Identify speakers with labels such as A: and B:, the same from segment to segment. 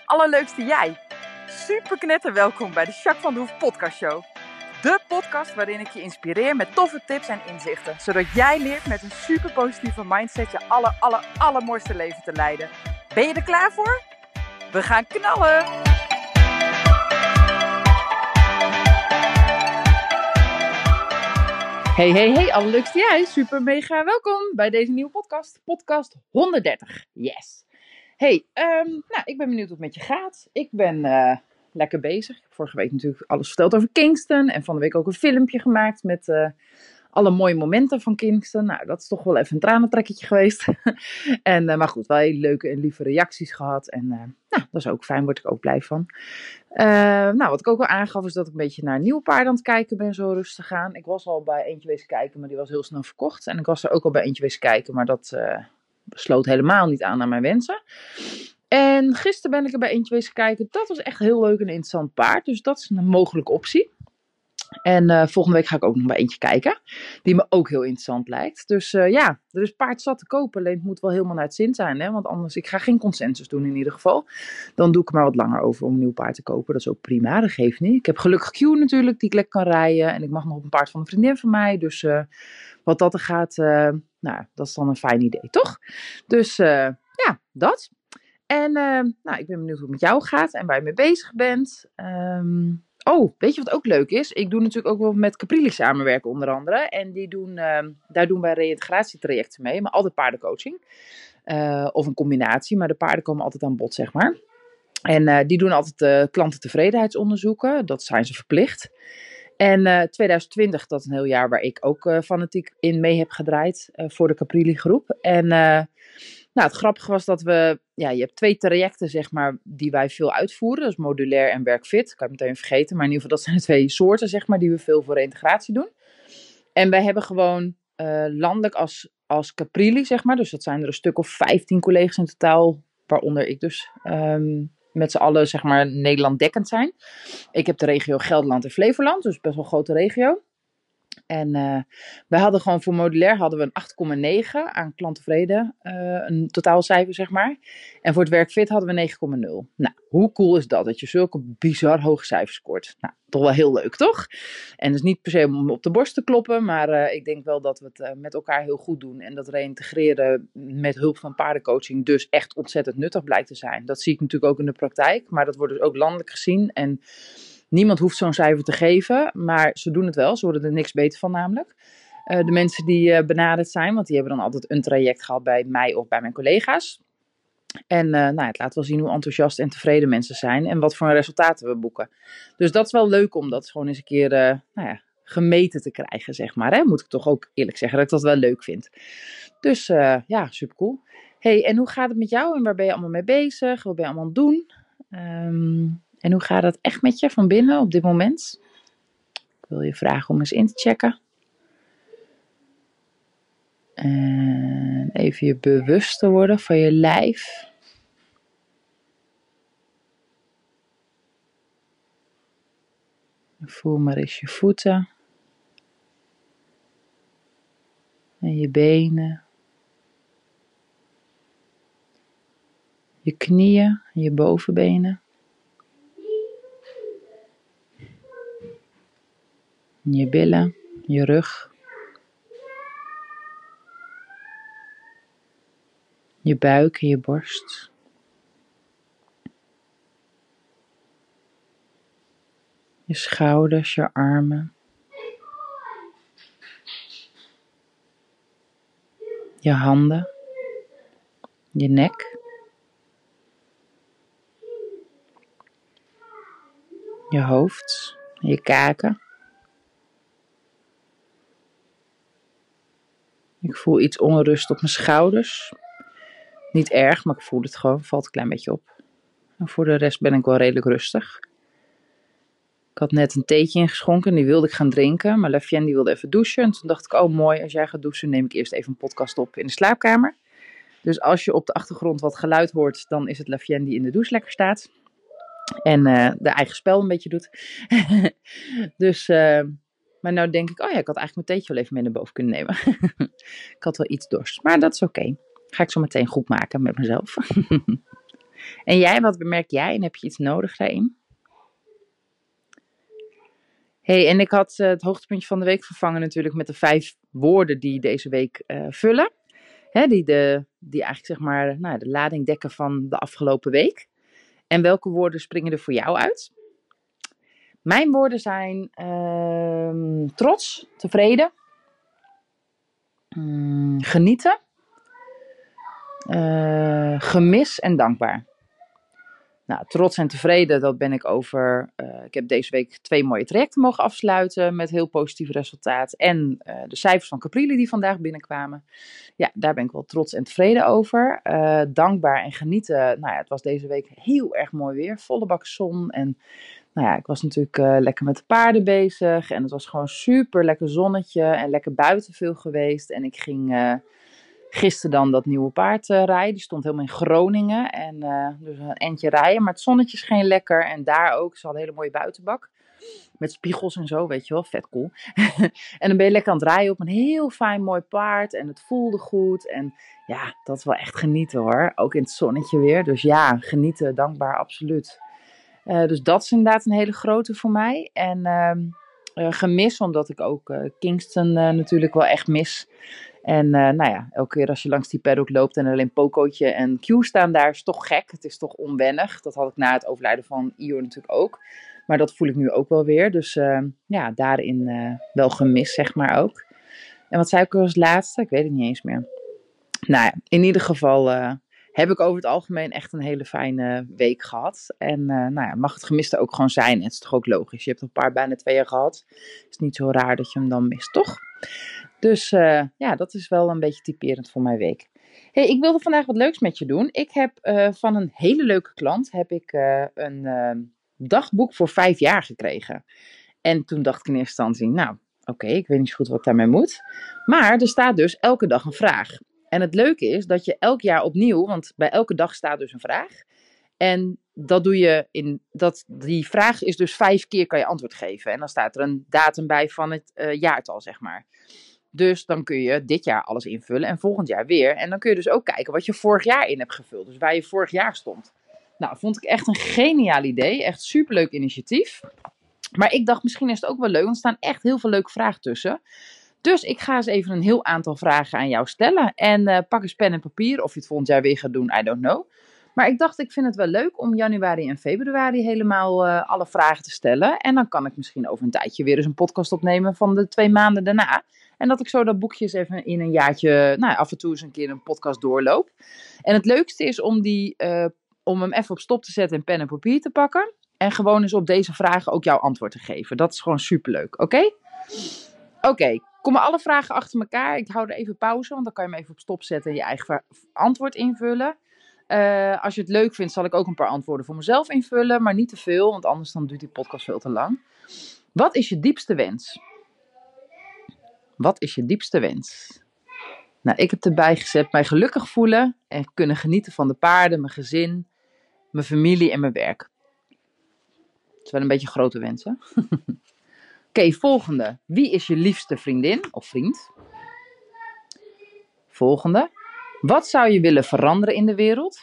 A: allerleukste jij. Super knetter welkom bij de Jacques van de Hoef podcast show. De podcast waarin ik je inspireer met toffe tips en inzichten. Zodat jij leert met een super positieve mindset je allermooiste leven te leiden. Ben je er klaar voor? We gaan knallen! Hey, allerleukste jij. Super mega welkom bij deze nieuwe podcast. Podcast 130. Yes. Hey, ik ben benieuwd hoe het met je gaat. Ik ben lekker bezig. Ik heb vorige week natuurlijk alles verteld over Kingston. En van de week ook een filmpje gemaakt met alle mooie momenten van Kingston. Nou, dat is toch wel even een tranentrekketje geweest. Maar goed, wel hele leuke en lieve reacties gehad. En dat is ook fijn, word ik ook blij van. Wat ik ook wel aangaf is dat ik een beetje naar nieuwe paarden aan het kijken ben, zo rustig aan. Ik was al bij eentje wezen kijken, maar die was heel snel verkocht. En ik was er ook al bij eentje wezen kijken, maar dat sloot helemaal niet aan mijn wensen. En gisteren ben ik er bij eentje wezen kijken. Dat was echt heel leuk en interessant paard. Dus dat is een mogelijke optie. En volgende week ga ik ook nog bij eentje kijken. Die me ook heel interessant lijkt. Dus er is paard zat te kopen. Alleen het moet wel helemaal naar het zin zijn. Hè? Want anders, ik ga geen consensus doen in ieder geval. Dan doe ik er maar wat langer over om een nieuw paard te kopen. Dat is ook prima, dat geeft niet. Ik heb gelukkig Q natuurlijk, die ik lekker kan rijden. En ik mag nog op een paard van een vriendin van mij. Dus wat dat er gaat, dat is dan een fijn idee, toch? Dus dat. En ik ben benieuwd hoe het met jou gaat en waar je mee bezig bent. Weet je wat ook leuk is? Ik doe natuurlijk ook wel met Caprilli samenwerken onder andere. En daar doen wij reïntegratietrajecten mee, maar altijd paardencoaching. Of een combinatie, maar de paarden komen altijd aan bod, zeg maar. En die doen altijd klantentevredenheidsonderzoeken. Dat zijn ze verplicht. En 2020, dat is een heel jaar waar ik ook fanatiek in mee heb gedraaid voor de Caprilli groep. En het grappige was dat je hebt 2 trajecten, zeg maar, die wij veel uitvoeren. Dat is modulair en werkfit. Kan je meteen vergeten. Maar in ieder geval, dat zijn de 2 soorten, zeg maar, die we veel voor reintegratie doen. En wij hebben gewoon landelijk als Caprilli, zeg maar. Dus dat zijn er een stuk of 15 collega's in totaal. Waaronder ik dus met z'n allen, zeg maar, Nederland dekkend zijn. Ik heb de regio Gelderland en Flevoland. Dus best wel een grote regio. En wij hadden gewoon voor modulair hadden we een 8,9 aan klanttevreden, een totaalcijfer, zeg maar. En voor het werkfit hadden we 9,0. Nou, hoe cool is dat je zulke bizar hoge cijfers scoort? Nou, toch wel heel leuk, toch? En dus niet per se om op de borst te kloppen, maar ik denk wel dat we het met elkaar heel goed doen. En dat reïntegreren met hulp van paardencoaching dus echt ontzettend nuttig blijkt te zijn. Dat zie ik natuurlijk ook in de praktijk, maar dat wordt dus ook landelijk gezien. En niemand hoeft zo'n cijfer te geven, maar ze doen het wel. Ze worden er niks beter van namelijk. De mensen die benaderd zijn, want die hebben dan altijd een traject gehad bij mij of bij mijn collega's. En het laat wel zien hoe enthousiast en tevreden mensen zijn en wat voor resultaten we boeken. Dus dat is wel leuk om dat gewoon eens een keer gemeten te krijgen, zeg maar. Hè? Moet ik toch ook eerlijk zeggen dat ik dat wel leuk vind. Dus super cool. Hey, en hoe gaat het met jou en waar ben je allemaal mee bezig? Wat ben je allemaal aan het doen? En hoe gaat het echt met je van binnen op dit moment? Ik wil je vragen om eens in te checken. En even je bewust te worden van je lijf. Voel maar eens je voeten. En je benen. Je knieën, je bovenbenen. Je billen, je rug. Je buik en je borst. Je schouders, je armen. Je handen. Je nek. Je hoofd. Je kaken. Ik voel iets onrust op mijn schouders. Niet erg, maar ik voel het gewoon. Valt een klein beetje op. En voor de rest ben ik wel redelijk rustig. Ik had net een theetje ingeschonken. Die wilde ik gaan drinken. Maar Lafien die wilde even douchen. En toen dacht ik, oh mooi, als jij gaat douchen neem ik eerst even een podcast op in de slaapkamer. Dus als je op de achtergrond wat geluid hoort, dan is het Lafien die in de douche lekker staat. En de eigen spel een beetje doet. Maar nou denk ik, ik had eigenlijk mijn theetje wel even mee naar boven kunnen nemen. Ik had wel iets dorst, maar dat is oké. Ga ik zo meteen goed maken met mezelf. En jij, wat bemerk jij en heb je iets nodig daarin? Hey, en ik had het hoogtepuntje van de week vervangen natuurlijk met de 5 woorden die deze week vullen. Hè, die eigenlijk zeg maar de lading dekken van de afgelopen week. En welke woorden springen er voor jou uit? Mijn woorden zijn trots, tevreden, genieten, gemis en dankbaar. Nou, trots en tevreden, dat ben ik over. Ik heb deze week 2 mooie trajecten mogen afsluiten met heel positief resultaat. En de cijfers van Caprile die vandaag binnenkwamen. Ja, daar ben ik wel trots en tevreden over. Dankbaar en genieten. Nou ja, het was deze week heel erg mooi weer. Volle bak zon. En nou ja, ik was natuurlijk lekker met de paarden bezig. En het was gewoon super lekker zonnetje. En lekker buiten veel geweest. En ik ging gisteren dan dat nieuwe paard rijden. Die stond helemaal in Groningen. En dus een eindje rijden. Maar het zonnetje scheen lekker. En daar ook. Ze hadden een hele mooie buitenbak. Met spiegels en zo, weet je wel. Vet cool. En dan ben je lekker aan het rijden op een heel fijn mooi paard. En het voelde goed. En ja, dat is wel echt genieten hoor. Ook in het zonnetje weer. Dus ja, genieten, dankbaar, absoluut. Dus dat is inderdaad een hele grote voor mij. En gemis, omdat ik ook Kingston natuurlijk wel echt mis. En nou ja, elke keer als je langs die paddock loopt en alleen Pocootje en Q staan daar, is toch gek. Het is toch onwennig. Dat had ik na het overlijden van Ior natuurlijk ook. Maar dat voel ik nu ook wel weer. Dus ja, daarin wel gemis, zeg maar ook. En wat zei ik als laatste? Ik weet het niet eens meer. Nou ja, in ieder geval heb ik over het algemeen echt een hele fijne week gehad. En nou ja, mag het gemiste ook gewoon zijn. Het is toch ook logisch. Je hebt een paar bijna 2 jaar gehad. Het is niet zo raar dat je hem dan mist, toch? Dus ja, dat is wel een beetje typerend voor mijn week. Hey, ik wilde vandaag wat leuks met je doen. Ik heb van een hele leuke klant heb ik, een dagboek voor 5 jaar gekregen. En toen dacht ik in eerste instantie, nou oké, ik weet niet zo goed wat ik daarmee moet. Maar er staat dus elke dag een vraag. En het leuke is dat je elk jaar opnieuw, want bij elke dag staat dus een vraag. En dat doe je die vraag is dus 5 keer kan je antwoord geven. En dan staat er een datum bij van het jaartal, zeg maar. Dus dan kun je dit jaar alles invullen en volgend jaar weer. En dan kun je dus ook kijken wat je vorig jaar in hebt gevuld. Dus waar je vorig jaar stond. Nou, vond ik echt een geniaal idee. Echt superleuk initiatief. Maar ik dacht, misschien is het ook wel leuk, want er staan echt heel veel leuke vragen tussen. Dus ik ga eens even een heel aantal vragen aan jou stellen. En pak eens pen en papier. Of je het volgend jaar weer gaat doen, I don't know. Maar ik dacht, ik vind het wel leuk om januari en februari helemaal alle vragen te stellen. En dan kan ik misschien over een tijdje weer eens een podcast opnemen van de 2 maanden daarna. En dat ik zo dat boekje eens even in een jaartje, nou af en toe eens een keer een podcast doorloop. En het leukste is om hem even op stop te zetten en pen en papier te pakken. En gewoon eens op deze vragen ook jouw antwoord te geven. Dat is gewoon superleuk, oké? Oké, komen alle vragen achter elkaar. Ik hou er even pauze, want dan kan je hem even op stop zetten en je eigen antwoord invullen. Als je het leuk vindt, zal ik ook een paar antwoorden voor mezelf invullen. Maar niet te veel, want anders dan duurt die podcast veel te lang. Wat is je diepste wens? Wat is je diepste wens? Nou, ik heb erbij gezet mij gelukkig voelen en kunnen genieten van de paarden, mijn gezin, mijn familie en mijn werk. Dat is wel een beetje een grote wens, hè? Oké, volgende. Wie is je liefste vriendin of vriend? Volgende. Wat zou je willen veranderen in de wereld?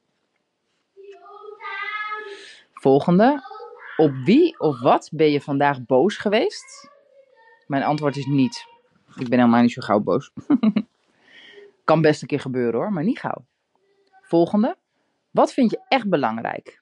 A: Volgende. Op wie of wat ben je vandaag boos geweest? Mijn antwoord is niet. Ik ben helemaal niet zo gauw boos. Kan best een keer gebeuren hoor, maar niet gauw. Volgende. Wat vind je echt belangrijk?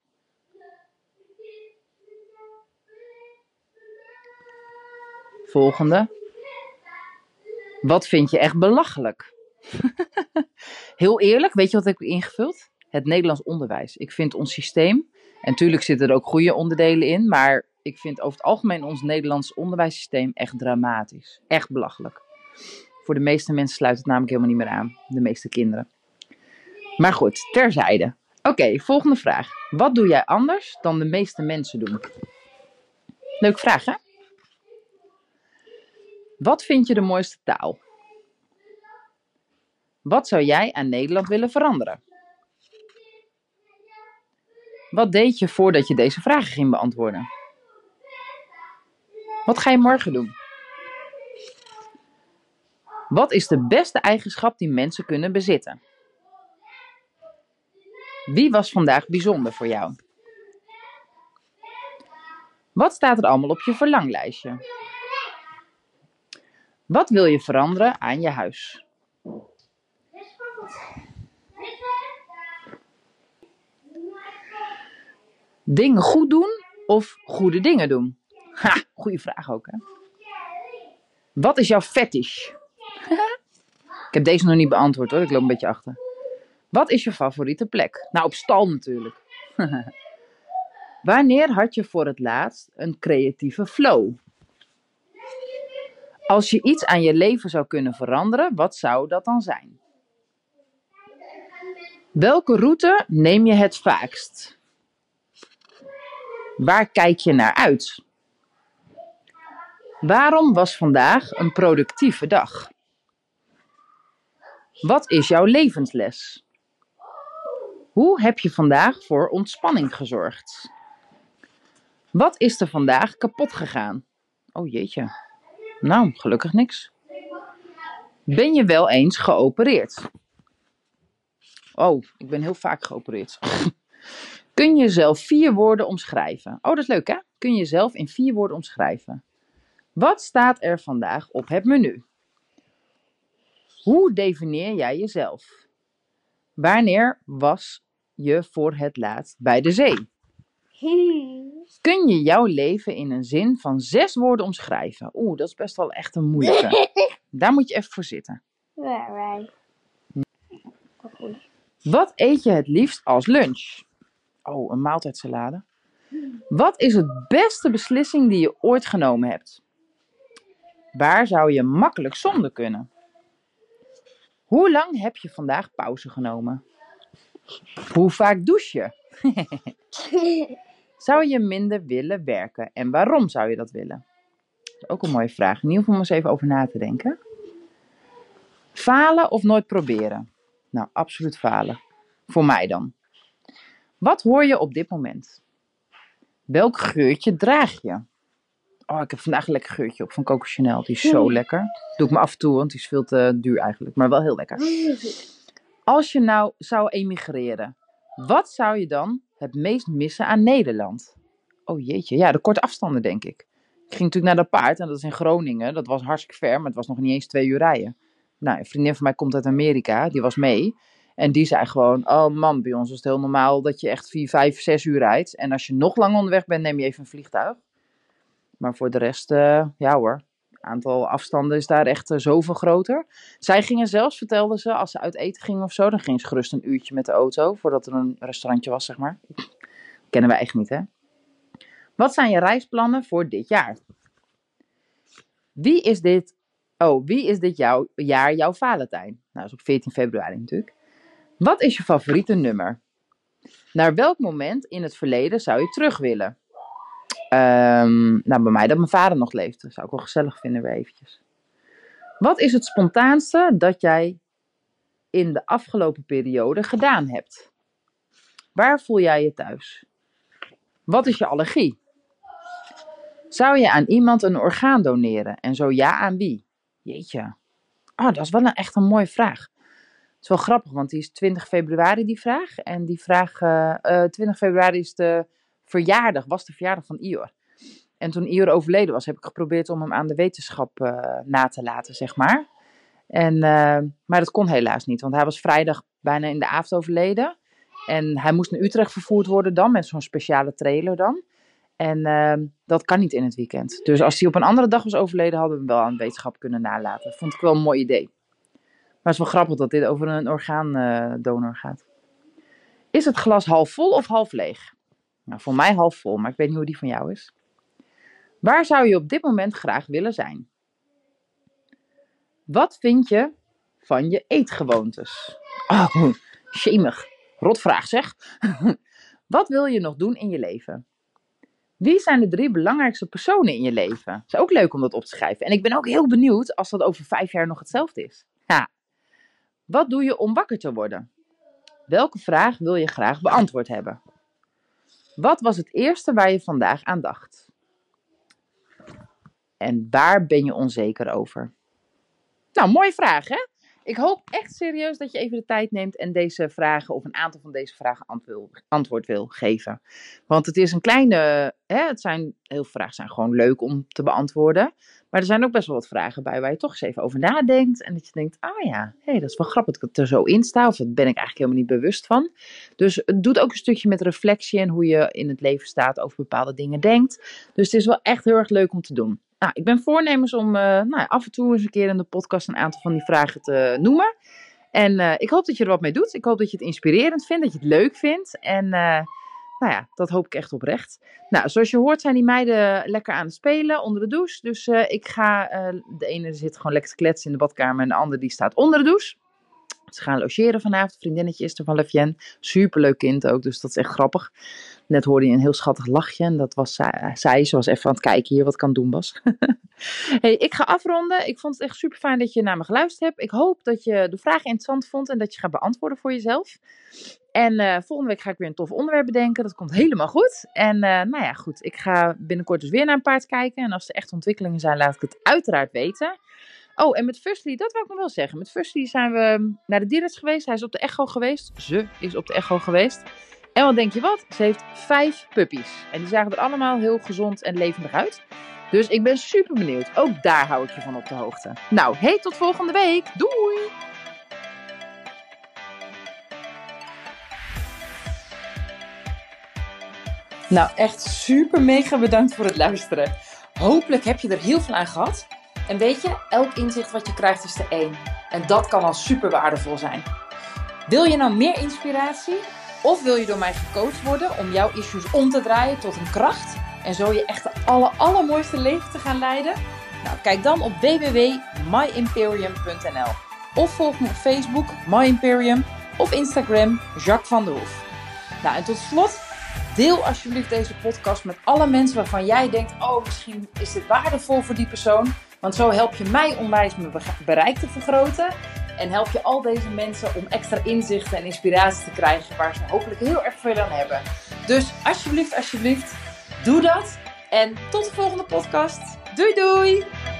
A: Volgende. Wat vind je echt belachelijk? Heel eerlijk, weet je wat ik heb ingevuld? Het Nederlands onderwijs. Ik vind ons systeem, en natuurlijk zitten er ook goede onderdelen in, maar ik vind over het algemeen ons Nederlands onderwijssysteem echt dramatisch. Echt belachelijk. Voor de meeste mensen sluit het namelijk helemaal niet meer aan. De meeste kinderen. Maar goed, terzijde. Oké, volgende vraag. Wat doe jij anders dan de meeste mensen doen? Leuke vraag, hè? Wat vind je de mooiste taal? Wat zou jij aan Nederland willen veranderen? Wat deed je voordat je deze vragen ging beantwoorden? Wat ga je morgen doen? Wat is de beste eigenschap die mensen kunnen bezitten? Wie was vandaag bijzonder voor jou? Wat staat er allemaal op je verlanglijstje? Wat wil je veranderen aan je huis? Dingen goed doen of goede dingen doen? Ha, goede vraag ook, hè? Wat is jouw fetish? Ik heb deze nog niet beantwoord hoor, ik loop een beetje achter. Wat is je favoriete plek? Nou, op stal natuurlijk. Wanneer had je voor het laatst een creatieve flow? Als je iets aan je leven zou kunnen veranderen, wat zou dat dan zijn? Welke route neem je het vaakst? Waar kijk je naar uit? Waarom was vandaag een productieve dag? Wat is jouw levensles? Hoe heb je vandaag voor ontspanning gezorgd? Wat is er vandaag kapot gegaan? Oh jeetje. Nou, gelukkig niks. Ben je wel eens geopereerd? Oh, ik ben heel vaak geopereerd. Kun je jezelf 4 woorden omschrijven? Oh, dat is leuk hè? Kun je jezelf in 4 woorden omschrijven? Wat staat er vandaag op het menu? Hoe definieer jij jezelf? Wanneer was je voor het laatst bij de zee? Kun je jouw leven in een zin van 6 woorden omschrijven? Oeh, dat is best wel echt een moeilijke. Daar moet je even voor zitten. Wat eet je het liefst als lunch? Oh, een maaltijdsalade. Wat is het beste beslissing die je ooit genomen hebt? Waar zou je makkelijk zonder kunnen? Hoe lang heb je vandaag pauze genomen? Hoe vaak douche je? Zou je minder willen werken en waarom zou je dat willen? Dat is ook een mooie vraag. In ieder geval om eens even over na te denken. Falen of nooit proberen? Nou, absoluut falen. Voor mij dan. Wat hoor je op dit moment? Welk geurtje draag je? Oh, ik heb vandaag een lekker geurtje op van Coco Chanel. Die is zo lekker. Doe ik me af en toe, want die is veel te duur eigenlijk. Maar wel heel lekker. Als je nou zou emigreren, wat zou je dan het meest missen aan Nederland? Oh jeetje, ja, de korte afstanden denk ik. Ik ging natuurlijk naar de paard en dat is in Groningen. Dat was hartstikke ver, maar het was nog niet eens 2 uur rijden. Nou, een vriendin van mij komt uit Amerika, die was mee. En die zei gewoon, oh man, bij ons is het heel normaal dat je echt 4, 5, 6 uur rijdt. En als je nog lang onderweg bent, neem je even een vliegtuig. Maar voor de rest, ja hoor, het aantal afstanden is daar echt zoveel groter. Zij gingen zelfs, vertelde ze, als ze uit eten gingen of zo, dan ging ze gerust een uurtje met de auto, voordat er een restaurantje was, zeg maar. Kennen we echt niet, hè? Wat zijn je reisplannen voor dit jaar? Wie is dit jaar jouw Valentijn? Nou, dat is op 14 februari natuurlijk. Wat is je favoriete nummer? Naar welk moment in het verleden zou je terug willen? Nou, bij mij dat mijn vader nog leefde. Dat zou ik wel gezellig vinden weer eventjes. Wat is het spontaanste dat jij in de afgelopen periode gedaan hebt? Waar voel jij je thuis? Wat is je allergie? Zou je aan iemand een orgaan doneren? En zo ja, aan wie? Jeetje. Oh, dat is wel echt een mooie vraag. Het is wel grappig, want die is 20 februari die vraag. En die vraag, 20 februari is was de verjaardag van Ior. En toen Ior overleden was, heb ik geprobeerd om hem aan de wetenschap na te laten, zeg maar. Maar dat kon helaas niet, want hij was vrijdag bijna in de avond overleden. En hij moest naar Utrecht vervoerd worden dan, met zo'n speciale trailer dan. En dat kan niet in het weekend. Dus als hij op een andere dag was overleden, hadden we hem wel aan de wetenschap kunnen nalaten. Dat vond ik wel een mooi idee. Maar het is wel grappig dat dit over een orgaandonor gaat. Is het glas half vol of half leeg? Nou, voor mij half vol, maar ik weet niet hoe die van jou is. Waar zou je op dit moment graag willen zijn? Wat vind je van je eetgewoontes? Oh, shamig. Rotvraag zeg. Wat wil je nog doen in je leven? Wie zijn de 3 belangrijkste personen in je leven? Het is ook leuk om dat op te schrijven. En ik ben ook heel benieuwd als dat over 5 jaar nog hetzelfde is. Ja. Wat doe je om wakker te worden? Welke vraag wil je graag beantwoord hebben? Wat was het eerste waar je vandaag aan dacht? En waar ben je onzeker over? Nou, mooie vraag hè? Ik hoop echt serieus dat je even de tijd neemt en deze vragen of een aantal van deze vragen antwoord wil geven. Want het is een kleine, heel veel vragen zijn gewoon leuk om te beantwoorden. Maar er zijn ook best wel wat vragen bij waar je toch eens even over nadenkt. En dat je denkt, dat is wel grappig dat ik er zo in sta. Of dat ben ik eigenlijk helemaal niet bewust van. Dus het doet ook een stukje met reflectie en hoe je in het leven staat, over bepaalde dingen denkt. Dus het is wel echt heel erg leuk om te doen. Nou, ik ben voornemens om af en toe eens een keer in de podcast een aantal van die vragen te noemen. En ik hoop dat je er wat mee doet. Ik hoop dat je het inspirerend vindt, dat je het leuk vindt. En dat hoop ik echt oprecht. Nou, zoals je hoort zijn die meiden lekker aan het spelen onder de douche. Dus ik ga, de ene zit gewoon lekker te kletsen in de badkamer en de andere die staat onder de douche. Ze gaan logeren vanavond. Vriendinnetje is er van Lefjen. Superleuk kind ook, dus dat is echt grappig. Net hoorde je een heel schattig lachje. En dat was zij. Ze was even aan het kijken hier wat ik aan het doen was. Hey, ik ga afronden. Ik vond het echt super fijn dat je naar me geluisterd hebt. Ik hoop dat je de vragen interessant vond en dat je gaat beantwoorden voor jezelf. En volgende week ga ik weer een tof onderwerp bedenken. Dat komt helemaal goed. En goed. Ik ga binnenkort dus weer naar een paard kijken. En als er echt ontwikkelingen zijn, laat ik het uiteraard weten. Oh, en met Fuslie, dat wil ik nog wel zeggen. Met Fuslie zijn we naar de dierenarts geweest. Hij is op de echo geweest. Ze is op de echo geweest. En wat denk je wat? Ze heeft 5 puppies. En die zagen er allemaal heel gezond en levendig uit. Dus ik ben super benieuwd. Ook daar hou ik je van op de hoogte. Nou, hey, tot volgende week. Doei! Nou, echt super mega bedankt voor het luisteren. Hopelijk heb je er heel veel aan gehad. En weet je, elk inzicht wat je krijgt is er één. En dat kan al super waardevol zijn. Wil je nou meer inspiratie? Of wil je door mij gecoacht worden om jouw issues om te draaien tot een kracht? En zo je echt de allermooiste leven te gaan leiden? Nou, kijk dan op www.myimperium.nl. Of volg me op Facebook, My Imperium. Of Instagram, Jacques van der Hoef. Nou, en tot slot, deel alsjeblieft deze podcast met alle mensen waarvan jij denkt, misschien is dit waardevol voor die persoon. Want zo help je mij onwijs mijn bereik te vergroten. En help je al deze mensen om extra inzichten en inspiratie te krijgen waar ze hopelijk heel erg veel aan hebben. Dus alsjeblieft, doe dat. En tot de volgende podcast. Doei doei!